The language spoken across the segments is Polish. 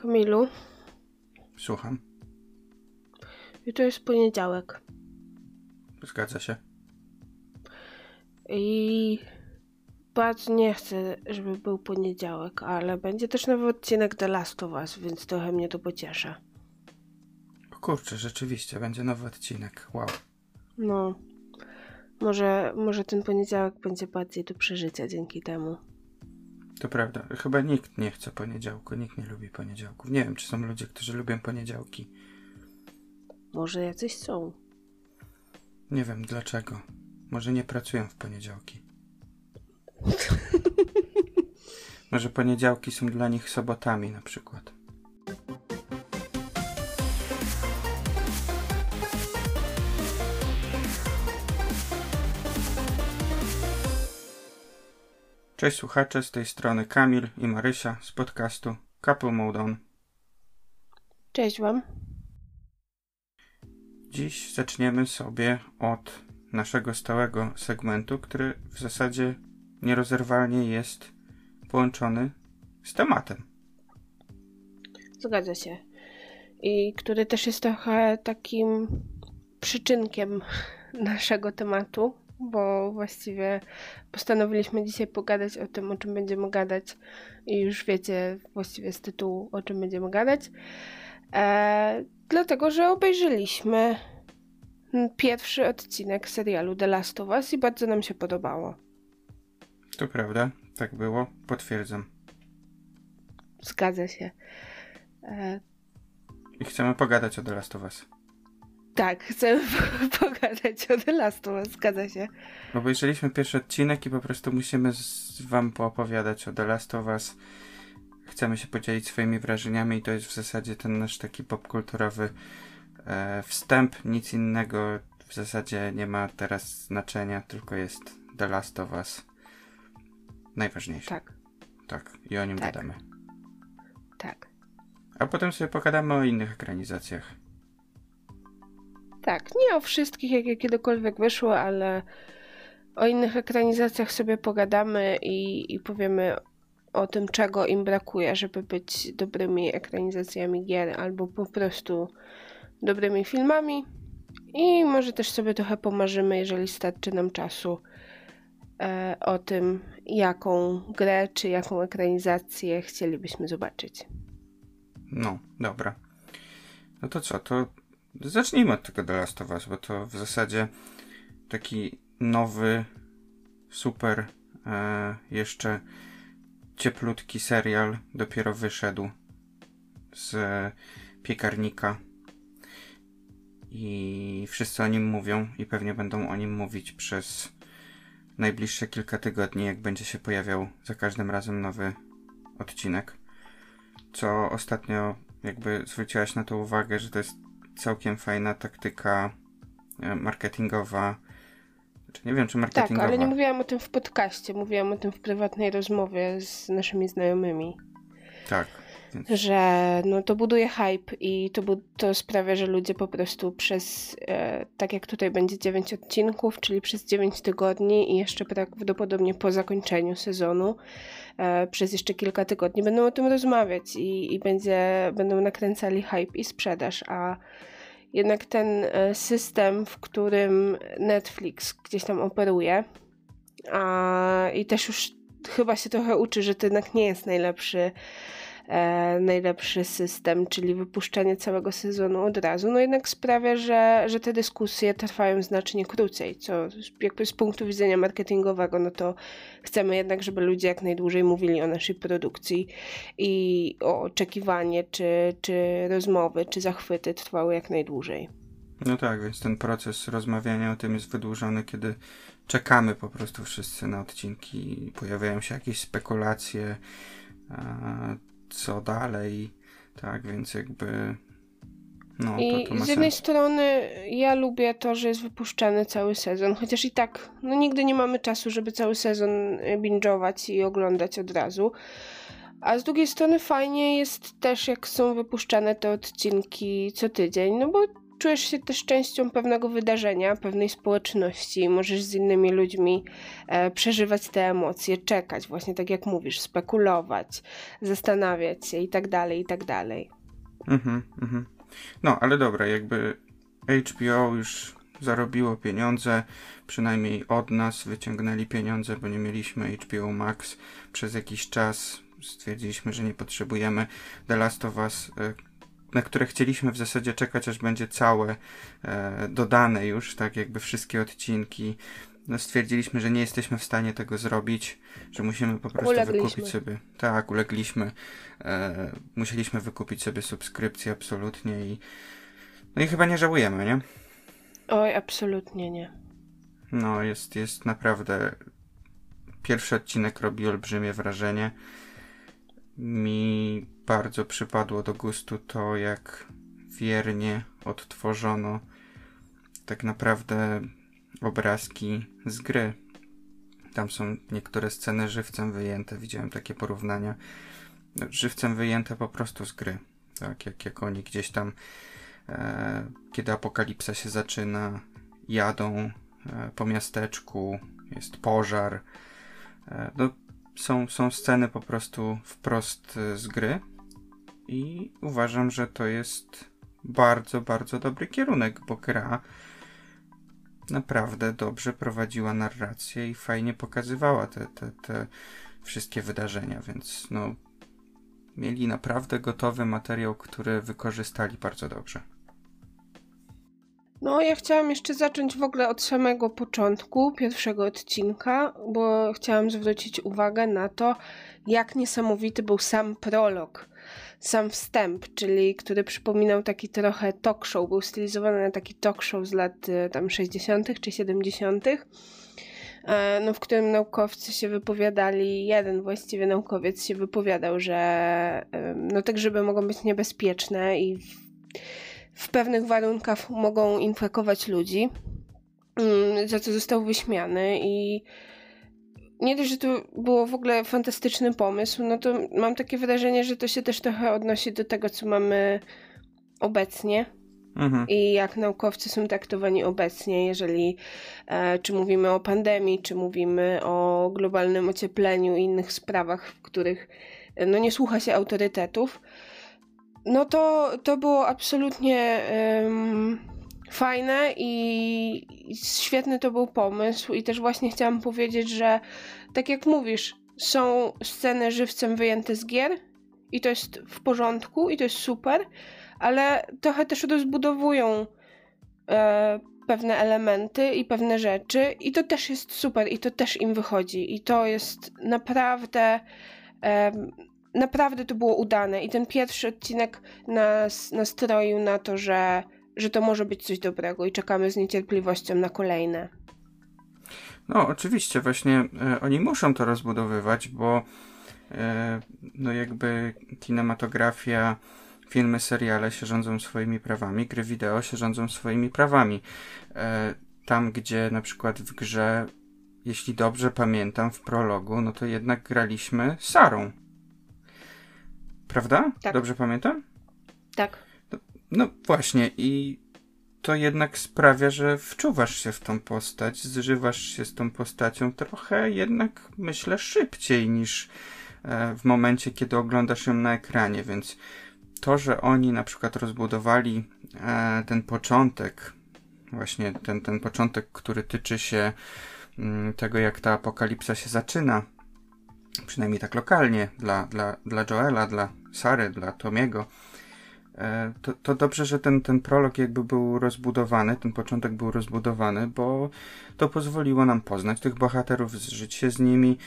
Kamilu, Słucham. jutro jest poniedziałek Zgadza się. i bardzo nie chcę, żeby był poniedziałek, ale będzie też nowy odcinek The Last of Us, więc trochę mnie to pociesza. O kurczę, rzeczywiście, będzie nowy odcinek. Wow. No, może ten poniedziałek będzie bardziej do przeżycia dzięki temu. To prawda. Chyba nikt nie chce poniedziałku. Nikt nie lubi poniedziałków. Nie wiem, czy są ludzie, którzy lubią poniedziałki. Może jacyś są. Nie wiem dlaczego. Może nie pracują w poniedziałki. Może poniedziałki są dla nich sobotami na przykład. Cześć słuchacze, z tej strony Kamil i Marysia z podcastu Couple Mode On. Cześć wam. Dziś zaczniemy sobie od naszego stałego segmentu, który w zasadzie nierozerwalnie jest połączony z tematem. Zgadza się. I który też jest trochę takim przyczynkiem naszego tematu, bo właściwie postanowiliśmy dzisiaj pogadać o tym, o czym będziemy gadać i już wiecie właściwie z tytułu, o czym będziemy gadać. Dlatego, że obejrzeliśmy pierwszy odcinek serialu The Last of Us i bardzo nam się podobało. To prawda, tak było, potwierdzam. Zgadza się. I chcemy pogadać o The Last of Us. Tak, chcemy pogadać o The Last of Us, zgadza się. Obejrzeliśmy pierwszy odcinek i po prostu musimy wam poopowiadać o The Last of Us. Chcemy się podzielić swoimi wrażeniami i to jest w zasadzie ten nasz taki popkulturowy wstęp. Nic innego w zasadzie nie ma teraz znaczenia, tylko jest The Last of Us. Najważniejsze. Tak. Tak, i o nim gadamy. Tak. A potem sobie pogadamy o innych ekranizacjach. Tak, nie o wszystkich, jakie kiedykolwiek wyszły, ale o innych ekranizacjach sobie pogadamy i powiemy o tym, czego im brakuje, żeby być dobrymi ekranizacjami gier albo po prostu dobrymi filmami. I może też sobie trochę pomarzymy, jeżeli starczy nam czasu, o tym, jaką grę czy jaką ekranizację chcielibyśmy zobaczyć. No, dobra. No to co, to zacznijmy od tego The Last of Us, bo to w zasadzie taki nowy, super, jeszcze cieplutki serial dopiero wyszedł z piekarnika i wszyscy o nim mówią i pewnie będą o nim mówić przez najbliższe kilka tygodni, jak będzie się pojawiał za każdym razem nowy odcinek. Co ostatnio jakby zwróciłaś na to uwagę, że to jest całkiem fajna taktyka marketingowa. Znaczy, nie wiem, czy marketingowa. Tak, ale nie mówiłam o tym w podcaście, mówiłam o tym w prywatnej rozmowie z naszymi znajomymi. Tak. Więc... Że no, to buduje hype i to sprawia, że ludzie po prostu przez, tak jak tutaj będzie 9 odcinków, czyli przez 9 tygodni i jeszcze prawdopodobnie po zakończeniu sezonu, przez jeszcze kilka tygodni będą o tym rozmawiać i będą nakręcali hype i sprzedaż, a jednak ten system, w którym Netflix gdzieś tam operuje, i też już chyba się trochę uczy, że to jednak nie jest najlepszy system, czyli wypuszczanie całego sezonu od razu, no jednak sprawia, że te dyskusje trwają znacznie krócej, co jakby z punktu widzenia marketingowego, no to chcemy jednak, żeby ludzie jak najdłużej mówili o naszej produkcji i o oczekiwanie, czy rozmowy, czy zachwyty trwały jak najdłużej. No tak, więc ten proces rozmawiania o tym jest wydłużony, kiedy czekamy po prostu wszyscy na odcinki, pojawiają się jakieś spekulacje, co dalej, tak, więc jakby no I to ma z jednej sens. strony ja lubię to, że jest wypuszczany cały sezon, chociaż i tak no nigdy nie mamy czasu, żeby cały sezon binge'ować i oglądać od razu, a z drugiej strony fajnie jest też, jak są wypuszczane te odcinki co tydzień, no bo czujesz się też częścią pewnego wydarzenia, pewnej społeczności. Możesz z innymi ludźmi przeżywać te emocje, czekać, właśnie tak jak mówisz, spekulować, zastanawiać się i tak dalej, i tak dalej. No, ale dobra, jakby HBO już zarobiło pieniądze, przynajmniej od nas wyciągnęli pieniądze, bo nie mieliśmy HBO Max przez jakiś czas. Stwierdziliśmy, że nie potrzebujemy The Last of Us, na które chcieliśmy w zasadzie czekać, aż będzie całe dodane już, tak jakby wszystkie odcinki. No stwierdziliśmy, że nie jesteśmy w stanie tego zrobić, że musimy po prostu wykupić sobie... Tak, ulegliśmy. Musieliśmy wykupić sobie subskrypcję absolutnie i... No i chyba nie żałujemy, nie? Oj, absolutnie nie. No, jest naprawdę... Pierwszy odcinek robi olbrzymie wrażenie. Mi bardzo przypadło do gustu to, jak wiernie odtworzono tak naprawdę obrazki z gry. Tam są niektóre sceny żywcem wyjęte, widziałem takie porównania. Żywcem wyjęte po prostu z gry. Tak, jak oni gdzieś tam, kiedy apokalipsa się zaczyna, jadą po miasteczku, jest pożar. No, są sceny po prostu wprost z gry i uważam, że to jest bardzo, bardzo dobry kierunek, bo gra naprawdę dobrze prowadziła narrację i fajnie pokazywała te wszystkie wydarzenia, więc no mieli naprawdę gotowy materiał, który wykorzystali bardzo dobrze. No, ja chciałam jeszcze zacząć w ogóle od samego początku pierwszego odcinka, bo chciałam zwrócić uwagę na to, jak niesamowity był sam prolog, sam wstęp, czyli który przypominał taki trochę talk show, był stylizowany na taki talk show z lat tam 60. czy 70., no, w którym naukowcy się wypowiadali, jeden właściwie naukowiec się wypowiadał, że no, te grzyby mogą być niebezpieczne i w pewnych warunkach mogą infekować ludzi, za co został wyśmiany i nie dość, że to było w ogóle fantastyczny pomysł, no to mam takie wrażenie, że to się też trochę odnosi do tego, co mamy obecnie i jak naukowcy są traktowani obecnie, jeżeli czy mówimy o pandemii, czy mówimy o globalnym ociepleniu i innych sprawach, w których no, nie słucha się autorytetów. No to było absolutnie fajne i świetny to był pomysł i też właśnie chciałam powiedzieć, że tak jak mówisz, są sceny żywcem wyjęte z gier i to jest w porządku i to jest super, ale trochę też rozbudowują pewne elementy i pewne rzeczy i to też jest super i to też im wychodzi i to jest naprawdę to było udane i ten pierwszy odcinek nas nastroił na to, że to może być coś dobrego i czekamy z niecierpliwością na kolejne. No oczywiście, właśnie oni muszą to rozbudowywać, bo no jakby kinematografia, filmy, seriale się rządzą swoimi prawami, gry wideo się rządzą swoimi prawami. Tam, gdzie na przykład w grze, jeśli dobrze pamiętam, w prologu, no to jednak graliśmy Sarą. Prawda? Tak. Dobrze pamiętam? Tak. No właśnie i to jednak sprawia, że wczuwasz się w tą postać, zżywasz się z tą postacią trochę jednak, myślę, szybciej niż w momencie, kiedy oglądasz ją na ekranie, więc to, że oni na przykład rozbudowali ten początek, właśnie ten początek, który tyczy się tego, jak ta apokalipsa się zaczyna, przynajmniej tak lokalnie, dla Joela, dla Sary, dla Tomiego, to dobrze, że ten prolog jakby był rozbudowany, ten początek był rozbudowany, bo to pozwoliło nam poznać tych bohaterów, zżyć się z nimi.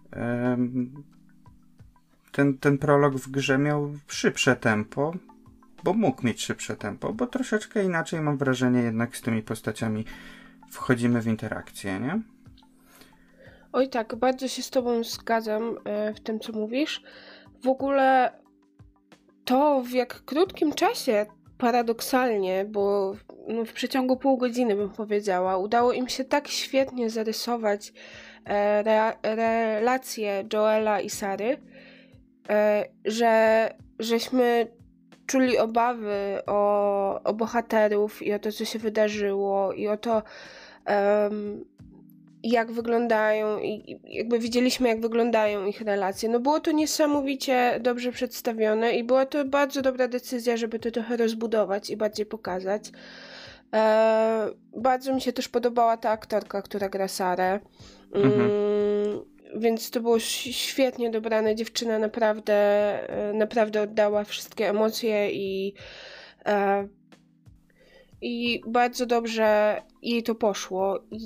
Ten prolog w grze miał szybsze tempo, bo mógł mieć szybsze tempo, bo troszeczkę inaczej mam wrażenie jednak z tymi postaciami wchodzimy w interakcję, nie? Oj tak, bardzo się z tobą zgadzam w tym, co mówisz. W ogóle to w jak krótkim czasie, paradoksalnie, bo no, w przeciągu pół godziny bym powiedziała, udało im się tak świetnie zarysować relacje Joela i Sary, że żeśmy czuli obawy o bohaterów i o to, co się wydarzyło i o to, jak wyglądają i jakby widzieliśmy, jak wyglądają ich relacje. No było to niesamowicie dobrze przedstawione i była to bardzo dobra decyzja, żeby to trochę rozbudować i bardziej pokazać. Bardzo mi się też podobała ta aktorka, która gra Sarę. Więc to było świetnie dobrane. Dziewczyna naprawdę oddała wszystkie emocje i bardzo dobrze jej to poszło. I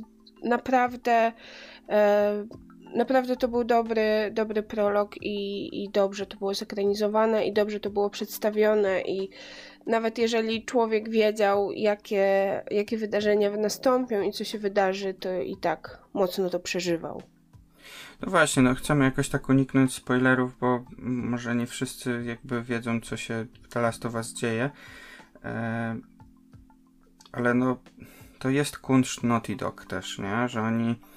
naprawdę to był dobry prolog i dobrze to było zekranizowane i dobrze to było przedstawione i nawet jeżeli człowiek wiedział, jakie wydarzenia nastąpią i co się wydarzy, to i tak mocno to przeżywał. No właśnie, no chcemy jakoś tak uniknąć spoilerów, bo może nie wszyscy jakby wiedzą, co się w The Last of Us dzieje. Ale no, to jest kunszt Naughty Dog też, nie? Że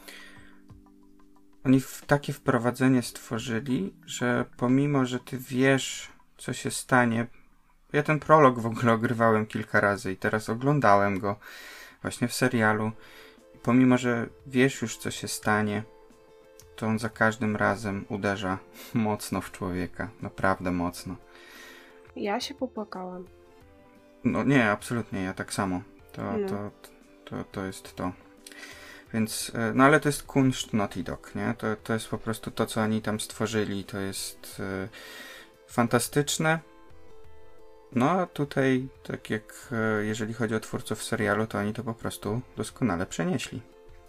oni takie wprowadzenie stworzyli, że pomimo, że ty wiesz, co się stanie. Ja ten prolog w ogóle ogrywałem kilka razy i teraz oglądałem go właśnie w serialu. I pomimo, że wiesz już, co się stanie, to on za każdym razem uderza mocno w człowieka. Naprawdę mocno. Ja się popłakałam. No nie, absolutnie, ja tak samo. To jest to. Więc, no ale to jest kunszt Naughty Dog, nie? To jest po prostu to, co oni tam stworzyli. To jest fantastyczne. No a tutaj, tak jak jeżeli chodzi o twórców serialu, to oni to po prostu doskonale przenieśli.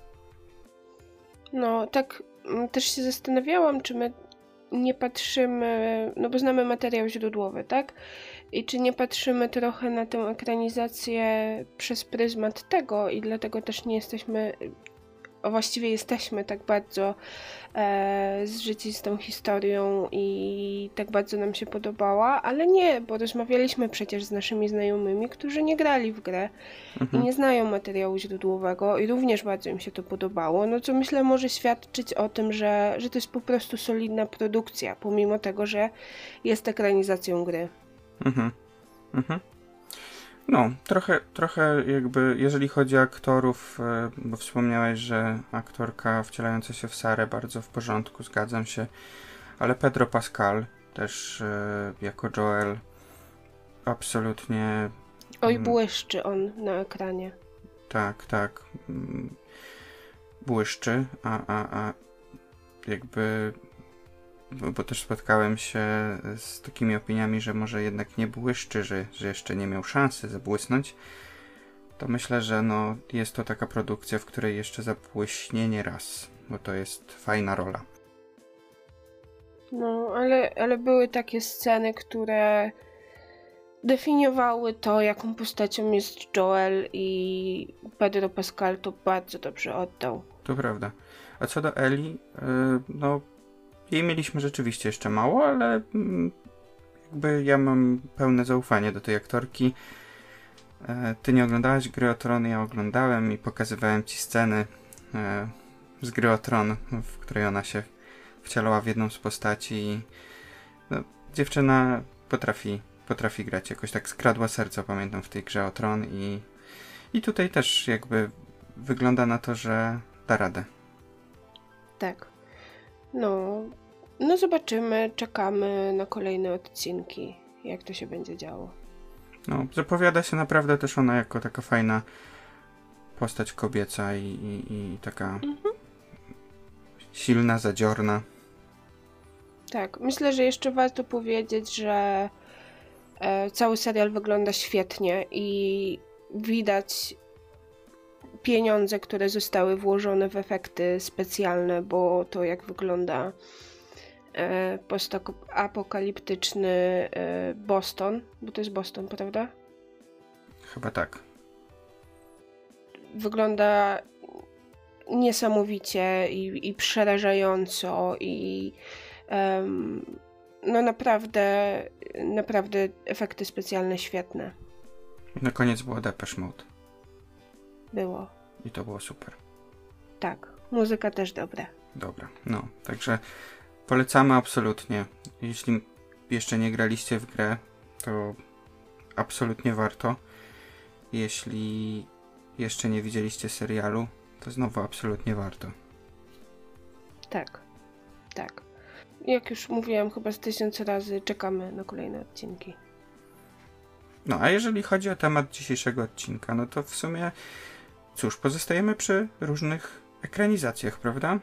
No, tak też się zastanawiałam, czy my nie patrzymy, no bo znamy materiał źródłowy, tak? I czy nie patrzymy trochę na tę ekranizację przez pryzmat tego i dlatego też nie jesteśmy, a właściwie jesteśmy tak bardzo zżyci z tą historią i tak bardzo nam się podobała, ale nie, bo rozmawialiśmy przecież z naszymi znajomymi, którzy nie grali w grę i nie znają materiału źródłowego i również bardzo im się to podobało, no co myślę może świadczyć o tym, że to jest po prostu solidna produkcja, pomimo tego, że jest ekranizacją gry. No, trochę jakby, jeżeli chodzi o aktorów, bo wspomniałeś, że aktorka wcielająca się w Sarę bardzo w porządku, zgadzam się, ale Pedro Pascal też jako Joel absolutnie... Oj, błyszczy on na ekranie. Tak. Błyszczy, a jakby... Bo też spotkałem się z takimi opiniami, że może jednak nie błyszczy, że jeszcze nie miał szansy zabłysnąć. To myślę, że no jest to taka produkcja, w której jeszcze zabłyśnie nie raz, bo to jest fajna rola. No, ale były takie sceny, które definiowały to, jaką postacią jest Joel i Pedro Pascal to bardzo dobrze oddał. To prawda. A co do Ellie, no jej mieliśmy rzeczywiście jeszcze mało, ale jakby ja mam pełne zaufanie do tej aktorki. Ty nie oglądałaś Gry o Tron, ja oglądałem i pokazywałem ci sceny z Gry o Tron, w której ona się wcielała w jedną z postaci i no, dziewczyna potrafi grać. Jakoś tak skradła serce, pamiętam, w tej Grze o Tron i tutaj też jakby wygląda na to, że da radę. Tak. No zobaczymy, czekamy na kolejne odcinki, jak to się będzie działo. No, zapowiada się naprawdę też ona jako taka fajna postać kobieca i taka silna, zadziorna. Tak, myślę, że jeszcze warto powiedzieć, że cały serial wygląda świetnie i widać pieniądze, które zostały włożone w efekty specjalne, bo to jak wygląda postapokaliptyczny Boston, bo to jest Boston, prawda? Chyba tak. Wygląda niesamowicie i przerażająco i no naprawdę efekty specjalne świetne. Na koniec było Depeche Mode. Było. I to było super. Tak, muzyka też dobra. Dobra, no, także polecamy absolutnie. Jeśli jeszcze nie graliście w grę, to absolutnie warto. Jeśli jeszcze nie widzieliście serialu, to znowu absolutnie warto. Tak, tak. Jak już mówiłam chyba z 1000 razy, czekamy na kolejne odcinki. No a jeżeli chodzi o temat dzisiejszego odcinka, no to w sumie cóż, pozostajemy przy różnych ekranizacjach, prawda?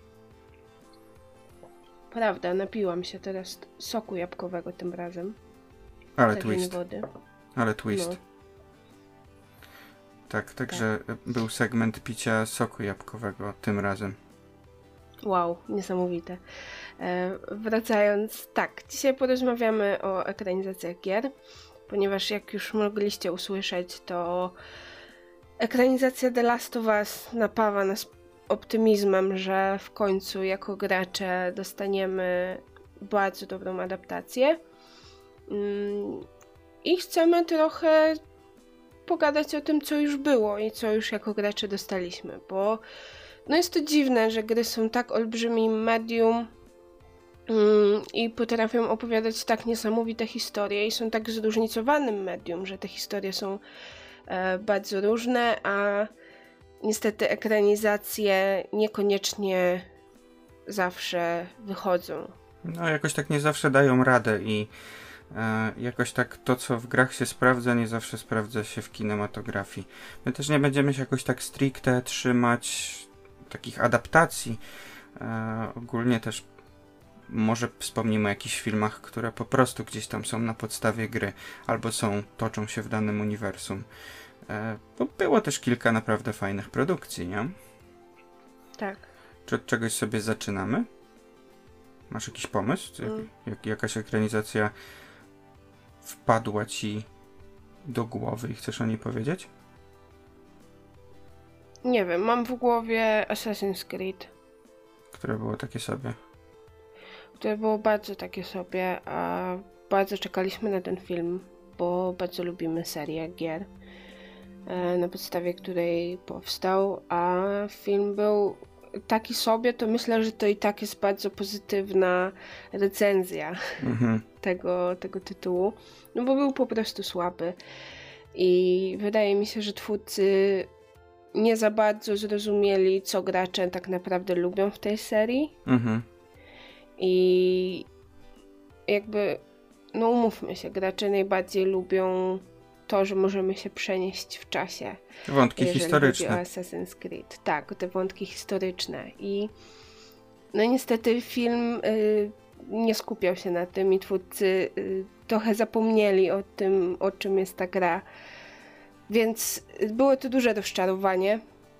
Prawda, napiłam się teraz soku jabłkowego tym razem. Ale Takiej twist. wody. Ale twist. No. Tak, także był segment picia soku jabłkowego tym razem. Wow, niesamowite. Wracając, tak, dzisiaj porozmawiamy o ekranizacjach gier, ponieważ jak już mogliście usłyszeć, to ekranizacja The Last of Us napawa nas optymizmem, że w końcu jako gracze dostaniemy bardzo dobrą adaptację. I chcemy trochę pogadać o tym, co już było i co już jako gracze dostaliśmy, bo no jest to dziwne, że gry są tak olbrzymim medium i potrafią opowiadać tak niesamowite historie i są tak zróżnicowanym medium, że te historie są bardzo różne, a niestety ekranizacje niekoniecznie zawsze wychodzą. No jakoś tak nie zawsze dają radę i jakoś tak to, co w grach się sprawdza, nie zawsze sprawdza się w kinematografii. My też nie będziemy się jakoś tak stricte trzymać takich adaptacji. Ogólnie też może wspomnimy o jakichś filmach, które po prostu gdzieś tam są na podstawie gry, albo toczą się w danym uniwersum. Bo było też kilka naprawdę fajnych produkcji, nie? Tak. Czy od czegoś sobie zaczynamy? Masz jakiś pomysł? Jakaś ekranizacja wpadła ci do głowy i chcesz o niej powiedzieć? Nie wiem, mam w głowie Assassin's Creed, Które było takie sobie. które było bardzo takie sobie, a bardzo czekaliśmy na ten film, bo bardzo lubimy serię gier, na podstawie której powstał, a film był taki sobie, to myślę, że to i tak jest bardzo pozytywna recenzja tego tytułu, no bo był po prostu słaby i wydaje mi się, że twórcy nie za bardzo zrozumieli, co gracze tak naprawdę lubią w tej serii. I jakby, no umówmy się, gracze najbardziej lubią to, że możemy się przenieść w czasie. Wątki historyczne. Chodzi o Assassin's Creed. Tak, te wątki historyczne. I no niestety film nie skupiał się na tym i twórcy trochę zapomnieli o tym, o czym jest ta gra. Więc było to duże rozczarowanie.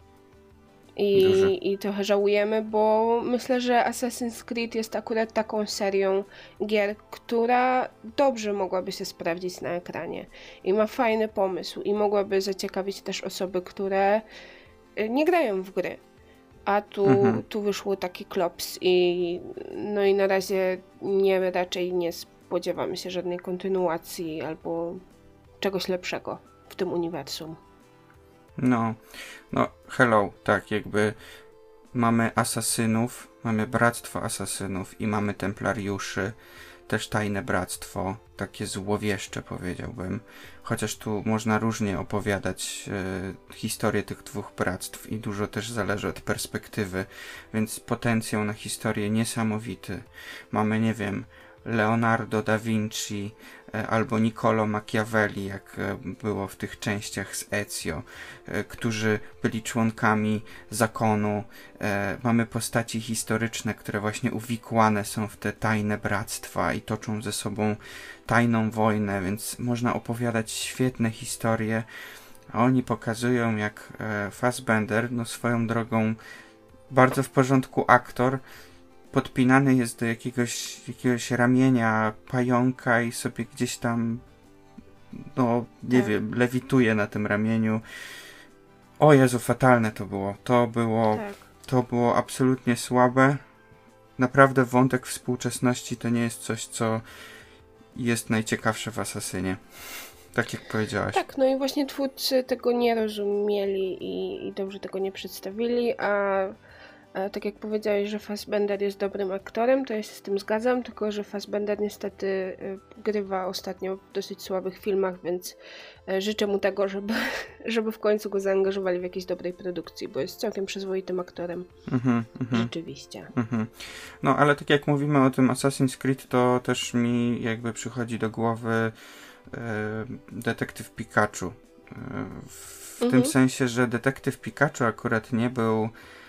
I trochę żałujemy, bo myślę, że Assassin's Creed jest akurat taką serią gier, która dobrze mogłaby się sprawdzić na ekranie i ma fajny pomysł i mogłaby zaciekawić też osoby, które nie grają w gry. A tu wyszło taki klops i no i na razie raczej nie spodziewamy się żadnej kontynuacji albo czegoś lepszego w tym uniwersum. No, hello, tak, jakby mamy asasynów, mamy bractwo asasynów i mamy templariuszy, też tajne bractwo, takie złowieszcze powiedziałbym, chociaż tu można różnie opowiadać historię tych dwóch bractw i dużo też zależy od perspektywy, więc potencjał na historię niesamowity. Mamy, nie wiem, Leonardo da Vinci albo Niccolo Machiavelli, jak było w tych częściach z Ezio, którzy byli członkami zakonu. Mamy postaci historyczne, które właśnie uwikłane są w te tajne bractwa i toczą ze sobą tajną wojnę, więc można opowiadać świetne historie, a oni pokazują, jak Fassbender, no swoją drogą bardzo w porządku aktor, podpinany jest do jakiegoś ramienia pająka i sobie gdzieś tam, no nie wiem, lewituje na tym ramieniu. O Jezu, fatalne to było. To było absolutnie słabe. Naprawdę wątek współczesności to nie jest coś, co jest najciekawsze w Asasynie. Tak jak powiedziałaś. Tak, no i właśnie twórcy tego nie rozumieli i dobrze tego nie przedstawili, a Tak jak powiedziałeś, że Fassbender jest dobrym aktorem, to ja się z tym zgadzam, tylko że Fassbender niestety grywa ostatnio w dosyć słabych filmach, więc życzę mu tego, żeby w końcu go zaangażowali w jakiejś dobrej produkcji, bo jest całkiem przyzwoitym aktorem. Rzeczywiście. No, ale tak jak mówimy o tym Assassin's Creed, to też mi jakby przychodzi do głowy Detektyw Pikachu. W tym sensie, że Detektyw Pikachu akurat nie był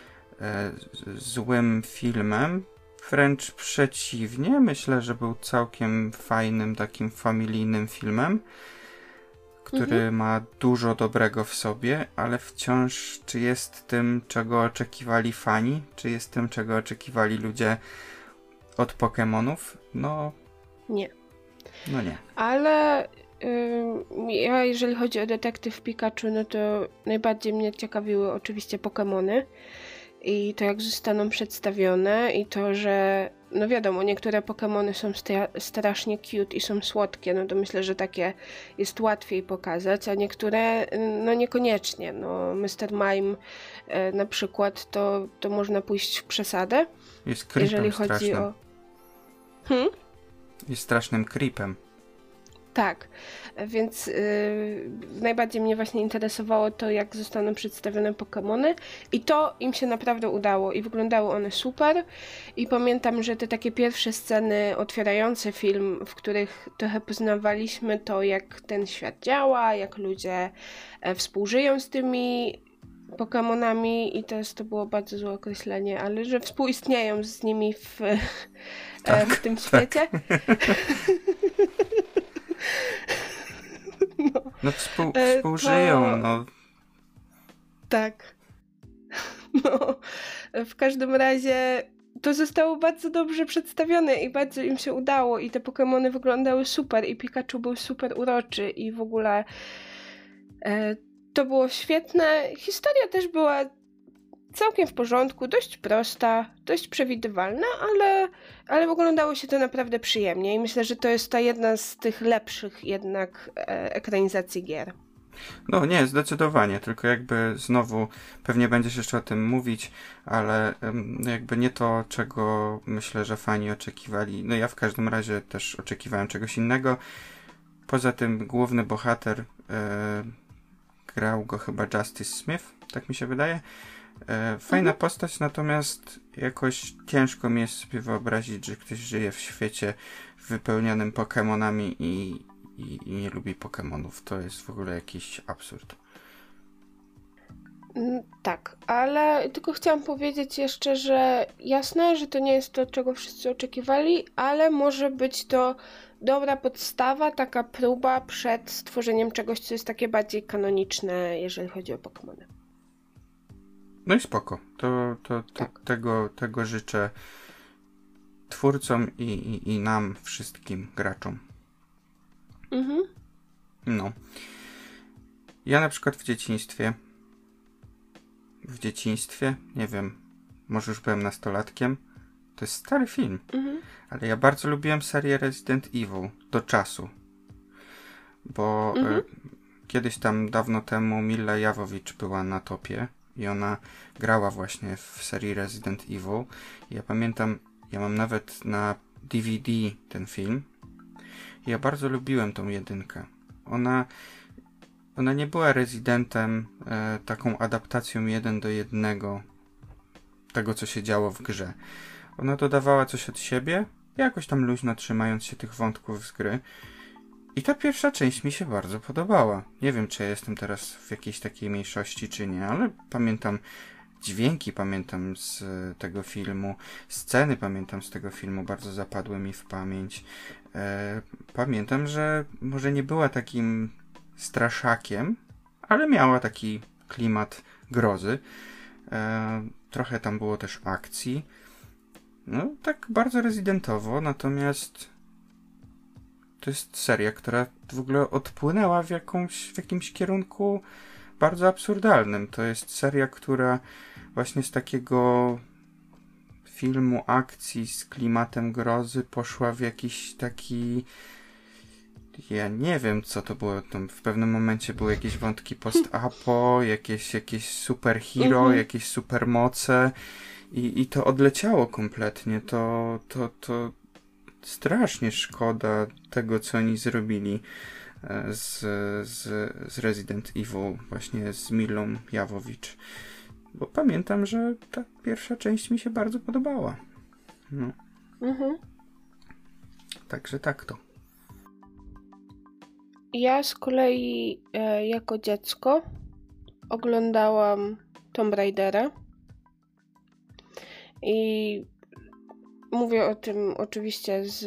złym filmem, wręcz przeciwnie, myślę, że był całkiem fajnym, takim familijnym filmem, który ma dużo dobrego w sobie, ale wciąż czy jest tym, czego oczekiwali fani, czy jest tym, czego oczekiwali ludzie od Pokemonów? No nie. No nie. Ale ja, jeżeli chodzi o Detektyw Pikachu, no to najbardziej mnie ciekawiły oczywiście Pokemony i to, jak zostaną przedstawione, i to, że no wiadomo, niektóre Pokemony są strasznie cute i są słodkie, no to myślę, że takie jest łatwiej pokazać, a niektóre no niekoniecznie. No Mr. Mime na przykład to można pójść w przesadę. Jest creepem jeżeli chodzi strasznym. o... Jest strasznym creepem. Tak, więc najbardziej mnie właśnie interesowało to, jak zostaną przedstawione Pokemony i to im się naprawdę udało i wyglądały one super i pamiętam, że te takie pierwsze sceny otwierające film, w których trochę poznawaliśmy to, jak ten świat działa, jak ludzie współżyją z tymi Pokemonami i to było bardzo złe określenie, ale że współistnieją z nimi w tym świecie. No współżyją, no. Tak. No, w każdym razie to zostało bardzo dobrze przedstawione i bardzo im się udało i te Pokemony wyglądały super i Pikachu był super uroczy i w ogóle to było świetne. Historia też była całkiem w porządku, dość prosta, dość przewidywalna, ale oglądało się to naprawdę przyjemnie i myślę, że to jest ta jedna z tych lepszych jednak ekranizacji gier. No nie, zdecydowanie, tylko jakby znowu pewnie będziesz jeszcze o tym mówić, ale jakby nie to, czego myślę, że fani oczekiwali. No ja w każdym razie też oczekiwałem czegoś innego. Poza tym główny bohater grał go chyba Justice Smith, tak mi się wydaje. Fajna postać, natomiast jakoś ciężko mi jest sobie wyobrazić, że ktoś żyje w świecie wypełnionym Pokemonami i nie lubi Pokemonów. To jest w ogóle jakiś absurd. Tak, ale tylko chciałam powiedzieć jeszcze, że jasne, że to nie jest to, czego wszyscy oczekiwali, ale może być to dobra podstawa, taka próba przed stworzeniem czegoś, co jest takie bardziej kanoniczne, jeżeli chodzi o Pokemony. No i spoko. Tak. Tego życzę twórcom i nam, wszystkim graczom. No. Ja na przykład w dzieciństwie, nie wiem, może już byłem nastolatkiem, to jest stary film, ale ja bardzo lubiłem serię Resident Evil do czasu, bo kiedyś tam dawno temu Milla Jovovich była na topie i ona grała właśnie w serii Resident Evil. Ja pamiętam, ja mam nawet na DVD ten film. Ja bardzo lubiłem tą jedynkę. Ona nie była Residentem, taką adaptacją 1:1 tego, co się działo w grze. Ona dodawała coś od siebie, jakoś tam luźno trzymając się tych wątków z gry. I ta pierwsza część mi się bardzo podobała. Nie wiem, czy ja jestem teraz w jakiejś takiej mniejszości, czy nie, ale pamiętam dźwięki, pamiętam z tego filmu, sceny pamiętam z tego filmu, bardzo zapadły mi w pamięć. Pamiętam, że może nie była takim straszakiem, ale miała taki klimat grozy. Trochę tam było też akcji. No, tak bardzo rezydentowo, natomiast to jest seria, która w ogóle odpłynęła w jakimś kierunku bardzo absurdalnym. To jest seria, która właśnie z takiego filmu akcji z klimatem grozy poszła w jakiś taki... Ja nie wiem, co to było. Tam w pewnym momencie były jakieś wątki post-apo, jakieś superhero, jakieś supermoce I to odleciało kompletnie. To strasznie szkoda tego, co oni zrobili z Resident Evil, właśnie z Milą Jovovich. Bo pamiętam, że ta pierwsza część mi się bardzo podobała. No. Także tak to. Ja z kolei jako dziecko oglądałam Tomb Raidera i mówię o tym oczywiście z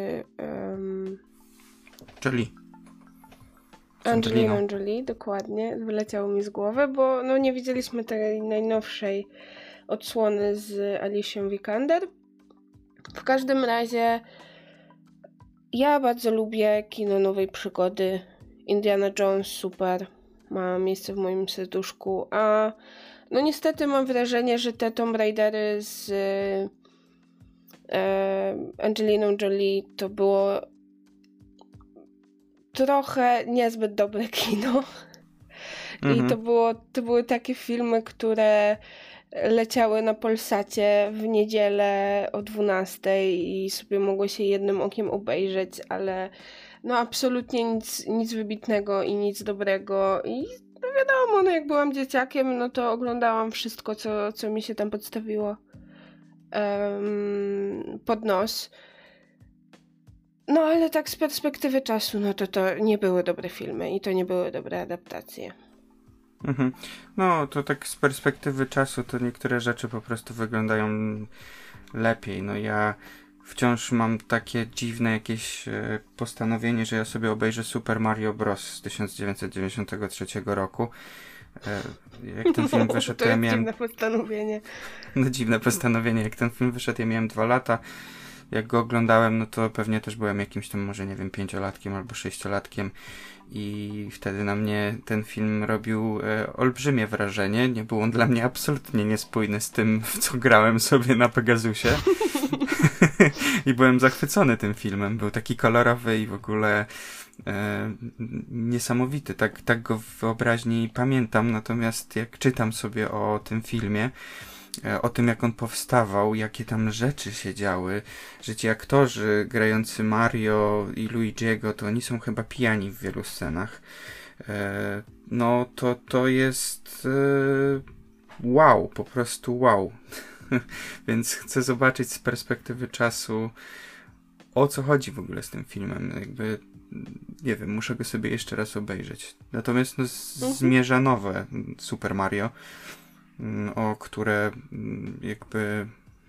Jolie. Angeliną Jolie, dokładnie. Wyleciało mi z głowy, bo no, nie widzieliśmy tej najnowszej odsłony z Alicją Vikander. W każdym razie ja bardzo lubię kino nowej przygody. Indiana Jones super. Ma miejsce w moim serduszku. A no niestety mam wrażenie, że te Tomb Raidery z Angeliną Jolie to było trochę niezbyt dobre kino. I to były takie filmy, które leciały na Polsacie w niedzielę o 12:00 i sobie mogło się jednym okiem obejrzeć, ale no absolutnie nic wybitnego i nic dobrego. I no wiadomo, no jak byłam dzieciakiem, no to oglądałam wszystko, co mi się tam podstawiło pod nos. No ale tak z perspektywy czasu, no to nie były dobre filmy i to nie były dobre adaptacje. No, to tak z perspektywy czasu to niektóre rzeczy po prostu wyglądają lepiej. No ja wciąż mam takie dziwne jakieś postanowienie, że ja sobie obejrzę Super Mario Bros. Z 1993 roku. Jak ten film wyszedł, to ja miałem... dziwne postanowienie. No dziwne postanowienie. Jak ten film wyszedł, ja miałem 2 lata. Jak go oglądałem, no to pewnie też byłem jakimś tam, może nie wiem, 5-latkiem albo 6-latkiem i wtedy na mnie ten film robił olbrzymie wrażenie. Nie był on dla mnie absolutnie niespójny z tym, w co grałem sobie na Pegasusie. I byłem zachwycony tym filmem. Był taki kolorowy i w ogóle niesamowity. Tak go w wyobraźni pamiętam, natomiast jak czytam sobie o tym filmie, o tym, jak on powstawał, jakie tam rzeczy się działy, że ci aktorzy grający Mario i Luigiego, to oni są chyba pijani w wielu scenach. No to jest wow, po prostu wow. Więc chcę zobaczyć z perspektywy czasu, o co chodzi w ogóle z tym filmem. Jakby, nie wiem, muszę go sobie jeszcze raz obejrzeć. Natomiast no, zmierza nowe Super Mario, o które jakby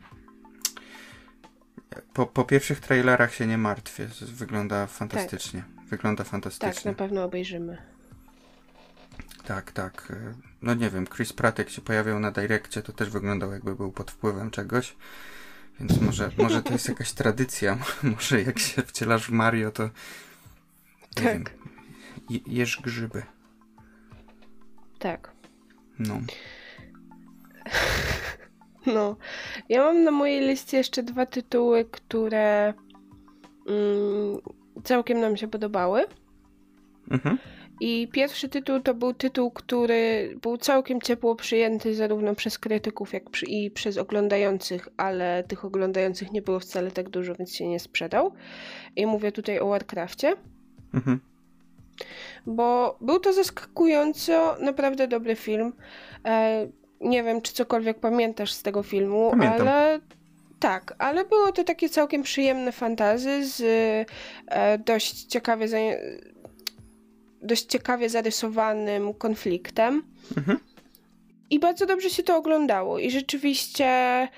po pierwszych trailerach się nie martwię. Wygląda fantastycznie. Tak. Wygląda fantastycznie. Tak, na pewno obejrzymy. Tak. No nie wiem, Chris Pratt jak się pojawiał na Direccie, to też wyglądał jakby był pod wpływem czegoś. Więc może to jest jakaś tradycja. Może jak się wcielasz w Mario, to nie wiem, jesz grzyby. Tak. No. No, ja mam na mojej liście jeszcze 2 tytuły, które całkiem nam się podobały. I pierwszy tytuł to był tytuł, który był całkiem ciepło przyjęty zarówno przez krytyków, jak i przez oglądających, ale tych oglądających nie było wcale tak dużo, więc się nie sprzedał. I mówię tutaj o Warcrafcie. Bo był to zaskakująco naprawdę dobry film. Nie wiem, czy cokolwiek pamiętasz z tego filmu, Pamiętam. ale było to takie całkiem przyjemne fantasy z dość ciekawie zarysowanym konfliktem. I bardzo dobrze się to oglądało. I rzeczywiście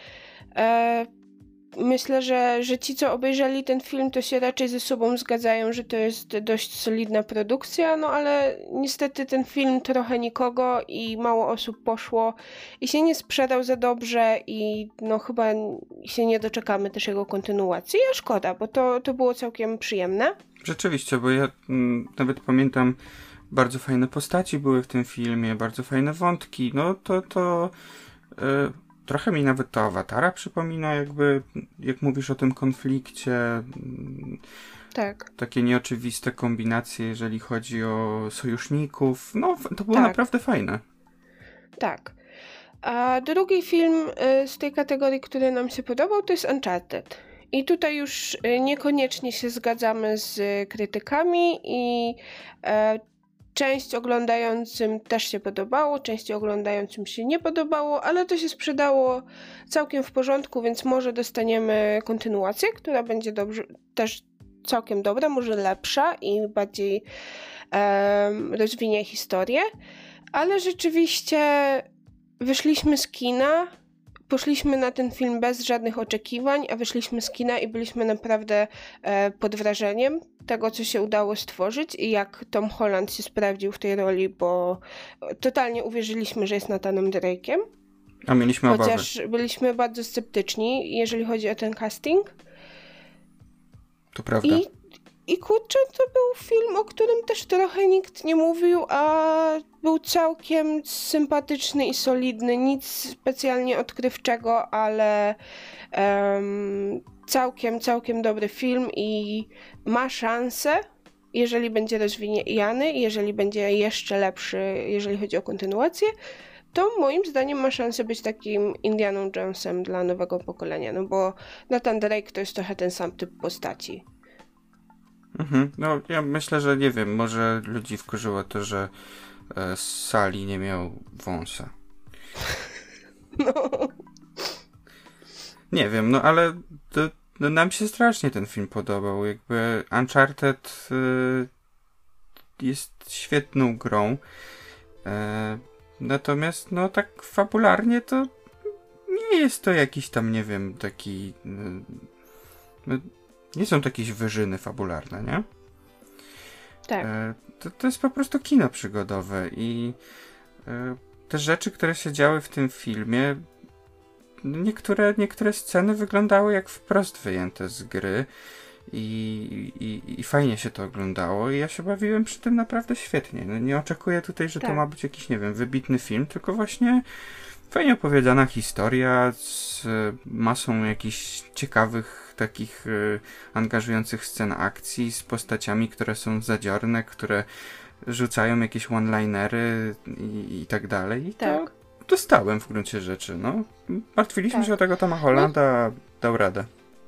myślę, że ci, co obejrzeli ten film, to się raczej ze sobą zgadzają, że to jest dość solidna produkcja, no ale niestety ten film trochę nikogo i mało osób poszło i się nie sprzedał za dobrze i no chyba się nie doczekamy też jego kontynuacji, a szkoda, bo to było całkiem przyjemne. Rzeczywiście, bo ja nawet pamiętam, bardzo fajne postaci były w tym filmie, bardzo fajne wątki, no to trochę mi nawet to Awatara przypomina, jakby, jak mówisz o tym konflikcie. Tak. Takie nieoczywiste kombinacje, jeżeli chodzi o sojuszników. No, to było naprawdę fajne. Tak. A drugi film z tej kategorii, który nam się podobał, to jest Uncharted. I tutaj już niekoniecznie się zgadzamy z krytykami i część oglądającym też się podobało, części oglądającym się nie podobało, ale to się sprzedało całkiem w porządku, więc może dostaniemy kontynuację, która będzie też całkiem dobra, może lepsza i bardziej rozwinie historię, ale rzeczywiście wyszliśmy z kina, poszliśmy na ten film bez żadnych oczekiwań, a wyszliśmy z kina i byliśmy naprawdę pod wrażeniem tego, co się udało stworzyć i jak Tom Holland się sprawdził w tej roli, bo totalnie uwierzyliśmy, że jest Nathanem Drake'em. A mieliśmy obawy. Chociaż byliśmy bardzo sceptyczni, jeżeli chodzi o ten casting. To prawda. I kurczę, to był film, o którym też trochę nikt nie mówił, a był całkiem sympatyczny i solidny. Nic specjalnie odkrywczego, ale całkiem dobry film i ma szansę, jeżeli będzie rozwijany, jeżeli będzie jeszcze lepszy, jeżeli chodzi o kontynuację, to moim zdaniem ma szansę być takim Indianą Jonesem dla nowego pokolenia, no bo Nathan Drake to jest trochę ten sam typ postaci. No, ja myślę, że nie wiem, może ludzi wkurzyło to, że Sully nie miał wąsa. No. Nie wiem, no ale nam się strasznie ten film podobał. Jakby Uncharted jest świetną grą. Natomiast, no tak fabularnie to nie jest to jakiś tam, nie wiem, taki... nie są to jakieś wyżyny fabularne, nie? Tak. To jest po prostu kino przygodowe i te rzeczy, które się działy w tym filmie, niektóre sceny wyglądały jak wprost wyjęte z gry i fajnie się to oglądało i ja się bawiłem przy tym naprawdę świetnie. No, nie oczekuję tutaj, że to ma być jakiś, nie wiem, wybitny film, tylko właśnie fajnie opowiedziana historia z masą jakichś ciekawych, takich angażujących scen akcji, z postaciami, które są zadziorne, które rzucają jakieś one-linery i tak dalej. I to dostałem w gruncie rzeczy. No. Martwiliśmy się o tego Toma Hollanda, dał radę.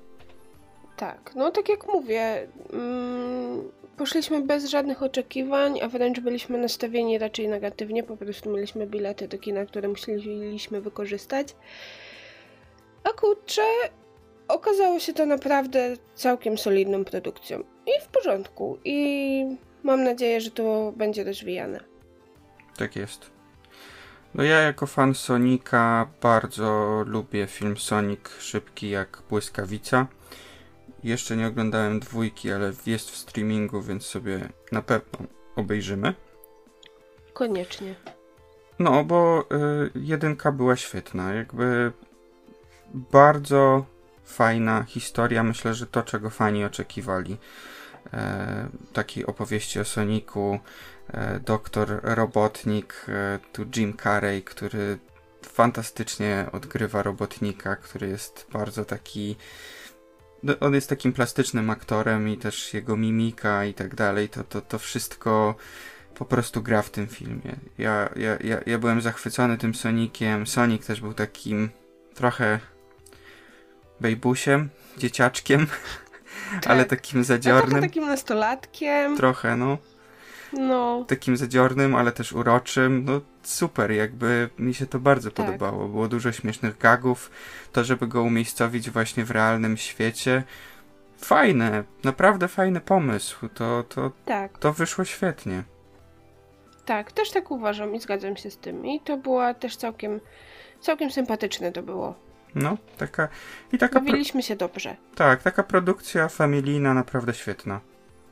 Tak, no tak jak mówię, poszliśmy bez żadnych oczekiwań, a wręcz byliśmy nastawieni raczej negatywnie, po prostu mieliśmy bilety do kina, które musieliśmy wykorzystać. A kurczę, okazało się to naprawdę całkiem solidną produkcją. I w porządku. I mam nadzieję, że to będzie rozwijane. Tak jest. No ja jako fan Sonika bardzo lubię film Sonic szybki jak błyskawica. Jeszcze nie oglądałem 2, ale jest w streamingu, więc sobie na pewno obejrzymy. Koniecznie. No, bo 1 była świetna. Jakby bardzo fajna historia. Myślę, że to, czego fani oczekiwali. Takiej opowieści o Sonicu. Doktor Robotnik, tu Jim Carrey, który fantastycznie odgrywa Robotnika, który jest bardzo taki... On jest takim plastycznym aktorem i też jego mimika i tak dalej, to wszystko po prostu gra w tym filmie. Ja byłem zachwycony tym Soniciem. Sonic też był takim trochę bejbusiem, dzieciaczkiem, ale takim zadziornym. Trochę takim nastolatkiem. Trochę, no. Takim zadziornym, ale też uroczym. No super, jakby mi się to bardzo podobało. Było dużo śmiesznych gagów. To, żeby go umiejscowić właśnie w realnym świecie. Fajne, naprawdę fajny pomysł. To wyszło świetnie. Tak, też tak uważam i zgadzam się z tym. I to była też całkiem sympatyczne to było. No, taka... Bawiliśmy się dobrze. Tak, taka produkcja familijna naprawdę świetna.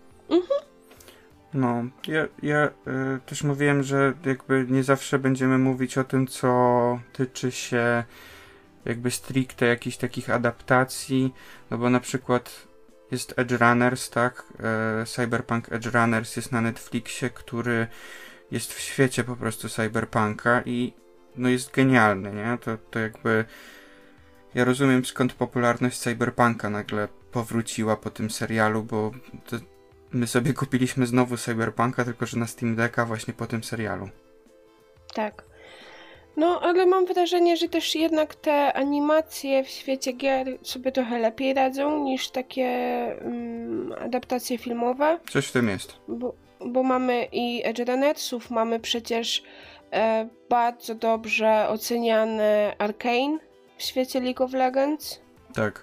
No, ja też mówiłem, że jakby nie zawsze będziemy mówić o tym, co tyczy się jakby stricte jakichś takich adaptacji, no bo na przykład jest Edge Runners, tak? Cyberpunk Edge Runners jest na Netflixie, który jest w świecie po prostu cyberpunka i no jest genialny, nie? To jakby ja rozumiem, skąd popularność cyberpunka nagle powróciła po tym serialu, bo my sobie kupiliśmy znowu Cyberpunka, tylko że na Steam Decka właśnie po tym serialu. Tak. No, ale mam wrażenie, że też jednak te animacje w świecie gier sobie trochę lepiej radzą niż takie adaptacje filmowe. Coś w tym jest. Bo mamy i Edge Runnersów, mamy przecież bardzo dobrze oceniany Arcane w świecie League of Legends. Tak.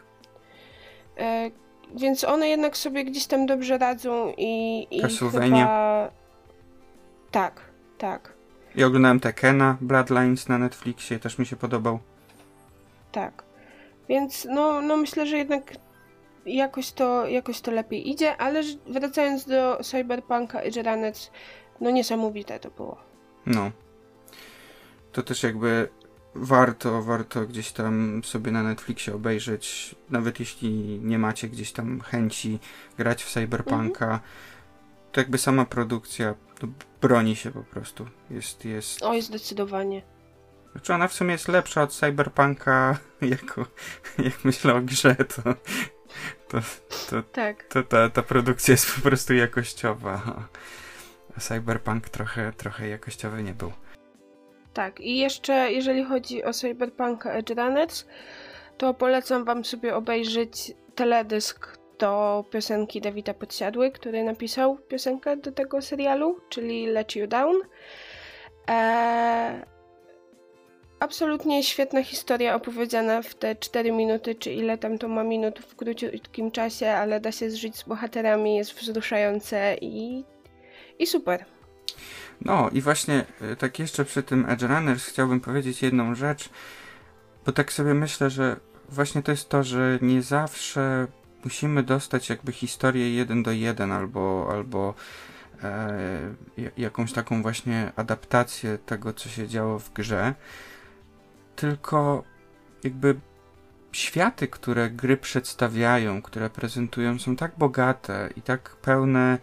Więc one jednak sobie gdzieś tam dobrze radzą i Castlevania. chyba... Tak. I oglądałem Tekkena, Bloodlines na Netflixie, też mi się podobał. Tak. Więc no myślę, że jednak jakoś to lepiej idzie, ale wracając do Cyberpunka Edge Runners, no niesamowite to było. No. To też jakby warto gdzieś tam sobie na Netflixie obejrzeć, nawet jeśli nie macie gdzieś tam chęci grać w Cyberpunka, to jakby sama produkcja broni się po prostu. Jest... Oj, zdecydowanie. Znaczy ona w sumie jest lepsza od Cyberpunka, jak myślę o grze, Tak. to ta produkcja jest po prostu jakościowa, a Cyberpunk trochę jakościowy nie był. Tak, i jeszcze jeżeli chodzi o Cyberpunka Edge Runners, to polecam wam sobie obejrzeć teledysk do piosenki Dawida Podsiadły, który napisał piosenkę do tego serialu, czyli Let You Down. Absolutnie świetna historia opowiedziana w te 4 minuty, czy ile tam to ma minut w krótkim czasie, ale da się zżyć z bohaterami, jest wzruszające i super. No i właśnie tak jeszcze przy tym Edge Runners chciałbym powiedzieć jedną rzecz, bo tak sobie myślę, że właśnie to jest to, że nie zawsze musimy dostać jakby historię 1:1 albo jakąś taką właśnie adaptację tego, co się działo w grze, tylko jakby światy, które gry przedstawiają, które prezentują, są tak bogate i tak pełne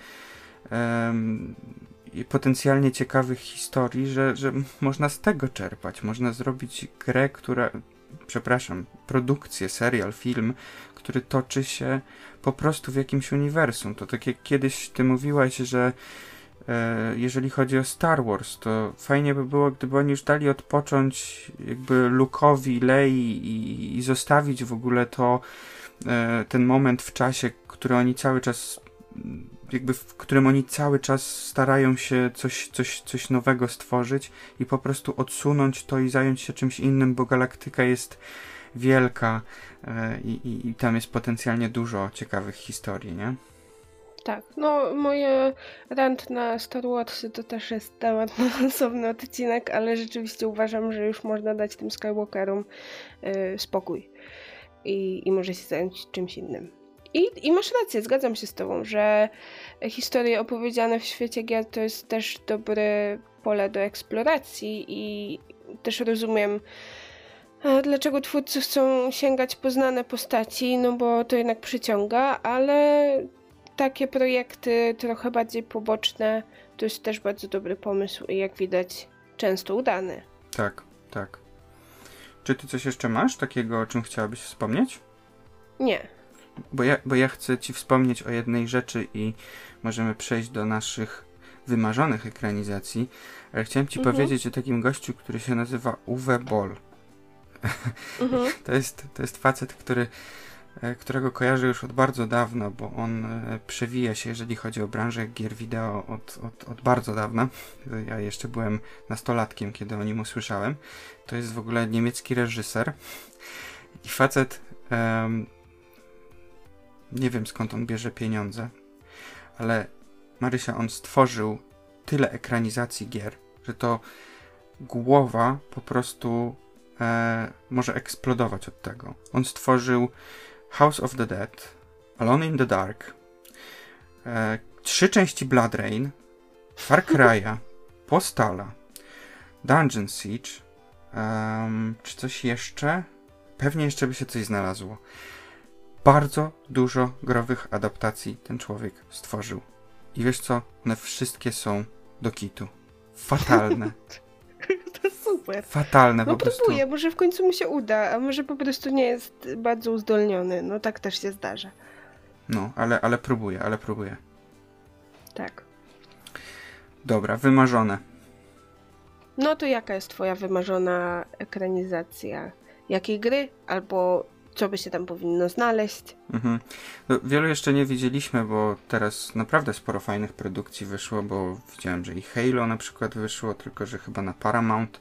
i potencjalnie ciekawych historii, że można z tego czerpać. Można zrobić grę, produkcję, serial, film, który toczy się po prostu w jakimś uniwersum. To tak jak kiedyś ty mówiłaś, że jeżeli chodzi o Star Wars, to fajnie by było, gdyby oni już dali odpocząć jakby Luke'owi, Lei i zostawić w ogóle ten moment w czasie, który oni cały czas jakby w którym oni cały czas starają się coś nowego stworzyć i po prostu odsunąć to i zająć się czymś innym, bo galaktyka jest wielka i tam jest potencjalnie dużo ciekawych historii, nie? Tak, no moje rant na Star Warsy to też jest temat na osobny odcinek, ale rzeczywiście uważam, że już można dać tym Skywalkerom spokój i może się zająć czymś innym. I masz rację, zgadzam się z tobą, że historie opowiedziane w świecie gier to jest też dobre pole do eksploracji i też rozumiem, dlaczego twórcy chcą sięgać po znane postaci, no bo to jednak przyciąga, ale takie projekty trochę bardziej poboczne to jest też bardzo dobry pomysł i jak widać często udany. Tak. Czy ty coś jeszcze masz takiego, o czym chciałabyś wspomnieć? Nie. Bo ja chcę ci wspomnieć o jednej rzeczy i możemy przejść do naszych wymarzonych ekranizacji, ale chciałem ci powiedzieć o takim gościu, który się nazywa Uwe Boll. To jest facet, którego kojarzę już od bardzo dawna, bo on przewija się, jeżeli chodzi o branżę gier wideo od bardzo dawna. Ja jeszcze byłem nastolatkiem, kiedy o nim usłyszałem. To jest w ogóle niemiecki reżyser i facet nie wiem, skąd on bierze pieniądze, ale Marysia, on stworzył tyle ekranizacji gier, że to głowa po prostu może eksplodować od tego. On stworzył House of the Dead, Alone in the Dark, 3 części Blood Rain, Far Cry'a, Postala, Dungeon Siege, czy coś jeszcze? Pewnie jeszcze by się coś znalazło. Bardzo dużo growych adaptacji ten człowiek stworzył. I wiesz co? One wszystkie są do kitu. Fatalne. To super. Fatalne no po prostu. Próbuję, może w końcu mu się uda, a może po prostu nie jest bardzo uzdolniony. No tak też się zdarza. No, ale próbuję. Tak. Dobra, wymarzone. No to jaka jest twoja wymarzona ekranizacja? Jakiej gry? Albo co by się tam powinno znaleźć? Mhm. No, wielu jeszcze nie widzieliśmy, bo teraz naprawdę sporo fajnych produkcji wyszło, bo widziałem, że i Halo na przykład wyszło, tylko że chyba na Paramount,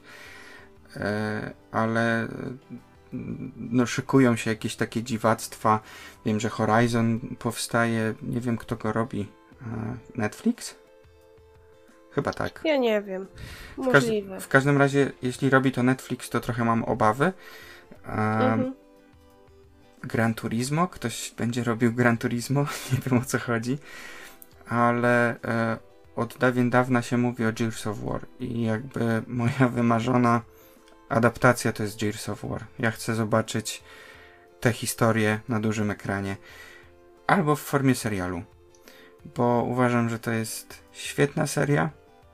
ale no, szykują się jakieś takie dziwactwa. Wiem, że Horizon powstaje, nie wiem kto go robi. Netflix? Chyba tak. Ja nie wiem. Możliwe. W każdym razie, jeśli robi to Netflix, to trochę mam obawy. Gran Turismo? Ktoś będzie robił Gran Turismo? Nie wiem, o co chodzi. Ale od dawien dawna się mówi o Gears of War. I jakby moja wymarzona adaptacja to jest Gears of War. Ja chcę zobaczyć tę historię na dużym ekranie. Albo w formie serialu. Bo uważam, że to jest świetna seria.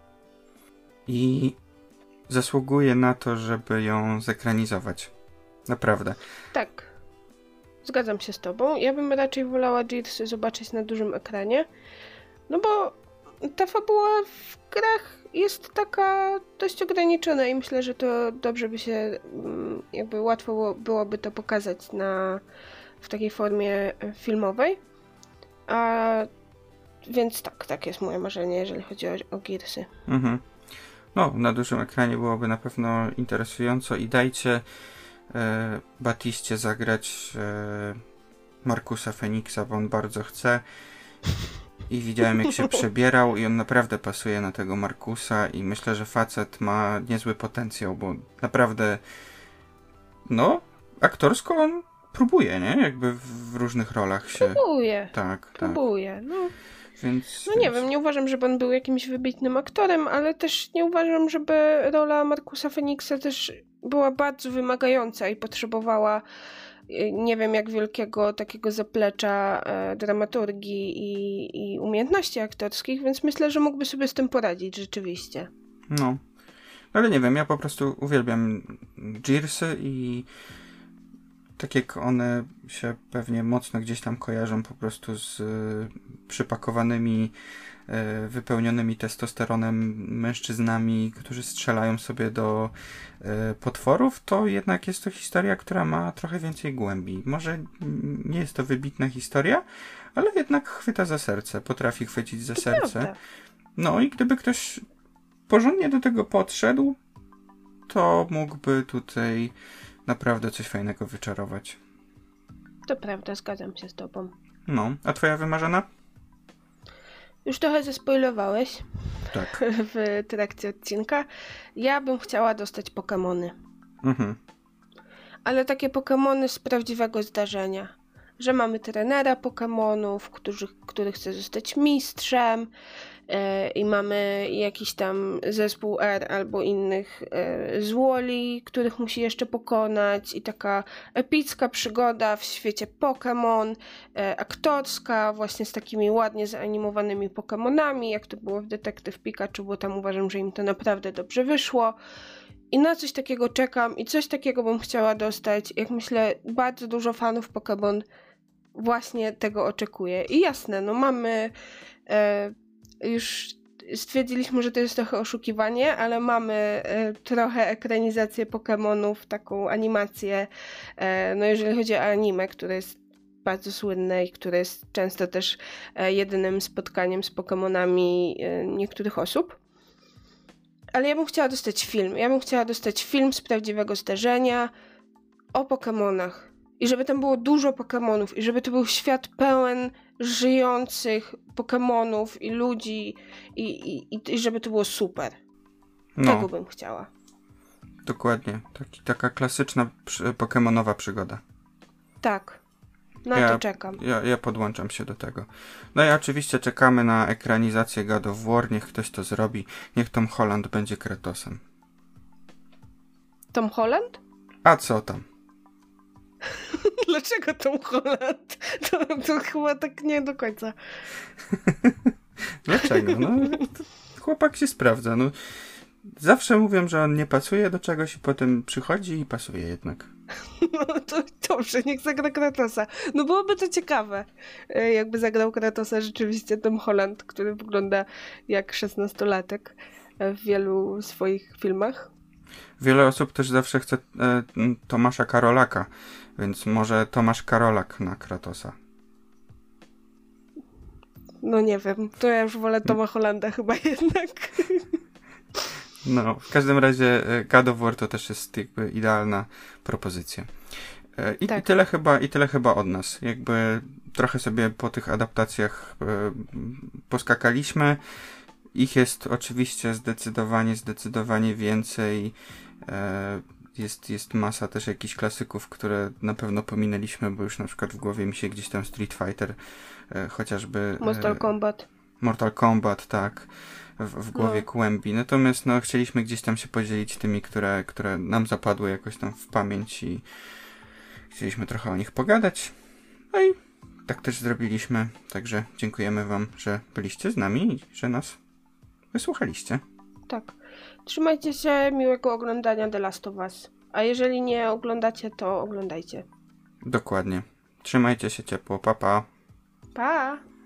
I zasługuje na to, żeby ją zekranizować. Naprawdę. Tak. Zgadzam się z tobą. Ja bym raczej wolała Gearsy zobaczyć na dużym ekranie. No bo ta fabuła w grach jest taka dość ograniczona i myślę, że to dobrze by się, jakby łatwo byłoby to pokazać w takiej formie filmowej. Więc tak jest moje marzenie, jeżeli chodzi o Gearsy. Mhm. No, na dużym ekranie byłoby na pewno interesująco i dajcie Batiście zagrać Markusa Feniksa, bo on bardzo chce. I widziałem, jak się przebierał i on naprawdę pasuje na tego Markusa i myślę, że facet ma niezły potencjał, bo naprawdę aktorsko on próbuje, nie? Jakby w różnych rolach się... Próbuje. Tak. Próbuje, no. Więc... Nie wiem, nie uważam, żeby on był jakimś wybitnym aktorem, ale też nie uważam, żeby rola Markusa Feniksa też była bardzo wymagająca i potrzebowała nie wiem jak wielkiego takiego zaplecza dramaturgii i umiejętności aktorskich, więc myślę, że mógłby sobie z tym poradzić rzeczywiście. No, ale nie wiem, ja po prostu uwielbiam Gearsy i tak jak one się pewnie mocno gdzieś tam kojarzą po prostu z przypakowanymi, wypełnionymi testosteronem mężczyznami, którzy strzelają sobie do potworów, to jednak jest to historia, która ma trochę więcej głębi. Może nie jest to wybitna historia, ale jednak chwyta za serce, potrafi chwycić za serce. Prawda. No i gdyby ktoś porządnie do tego podszedł, to mógłby tutaj naprawdę coś fajnego wyczarować. To prawda, zgadzam się z tobą. No, a twoja wymarzona? Już trochę zaspoilowałeś Tak. w trakcie odcinka. Ja bym chciała dostać Pokemony. Mhm. Ale takie Pokemony z prawdziwego zdarzenia. Że mamy trenera Pokemonów, który chce zostać mistrzem i mamy jakiś tam zespół R albo innych złoli, których musi jeszcze pokonać i taka epicka przygoda w świecie Pokemon, aktorska, właśnie z takimi ładnie zanimowanymi Pokemonami, jak to było w Detektyw Pikachu, bo tam uważam, że im to naprawdę dobrze wyszło. I na coś takiego czekam i coś takiego bym chciała dostać. Jak myślę, bardzo dużo fanów Pokémon właśnie tego oczekuje. I jasne, no mamy już stwierdziliśmy, że to jest trochę oszukiwanie, ale mamy trochę ekranizację Pokémonów, taką animację, no jeżeli chodzi o anime, które jest bardzo słynne i które jest często też jedynym spotkaniem z Pokémonami niektórych osób. Ale ja bym chciała dostać film. Ja bym chciała dostać film z prawdziwego zdarzenia o Pokemonach. I żeby tam było dużo Pokemonów. I żeby to był świat pełen żyjących Pokemonów i ludzi. I żeby to było super. No, tego bym chciała. Dokładnie. Taka klasyczna pokemonowa przygoda. Tak. Na to czekam. Ja podłączam się do tego. No i oczywiście czekamy na ekranizację God of War. Niech ktoś to zrobi. Niech Tom Holland będzie Kratosem. Tom Holland? A co tam? Dlaczego Tom Holland? To chyba tak nie do końca. Dlaczego? No, chłopak się sprawdza. No, zawsze mówią, że on nie pasuje do czegoś i potem przychodzi i pasuje jednak. No to dobrze, niech zagra Kratosa. No byłoby to ciekawe, jakby zagrał Kratosa rzeczywiście Tom Holland, który wygląda jak 16-latek. w wielu swoich filmach. Wiele osób też zawsze chce Tomasza Karolaka, więc może Tomasz Karolak na Kratosa. No nie wiem, to ja już wolę Toma Hollanda chyba jednak. No, w każdym razie God of War to też jest jakby idealna propozycja. Tak. I tyle chyba od nas. Jakby trochę sobie po tych adaptacjach poskakaliśmy. Ich jest oczywiście zdecydowanie więcej. Jest masa też jakichś klasyków, które na pewno pominęliśmy, bo już na przykład w głowie mi się gdzieś tam Street Fighter, chociażby Mortal Kombat, tak, w głowie kłębi. Natomiast no, chcieliśmy gdzieś tam się podzielić tymi, które nam zapadły jakoś tam w pamięć i chcieliśmy trochę o nich pogadać. No i tak też zrobiliśmy. Także dziękujemy wam, że byliście z nami i że nas wysłuchaliście. Tak. Trzymajcie się, miłego oglądania The Last of Us. A jeżeli nie oglądacie, to oglądajcie. Dokładnie. Trzymajcie się ciepło. Pa, pa. Pa!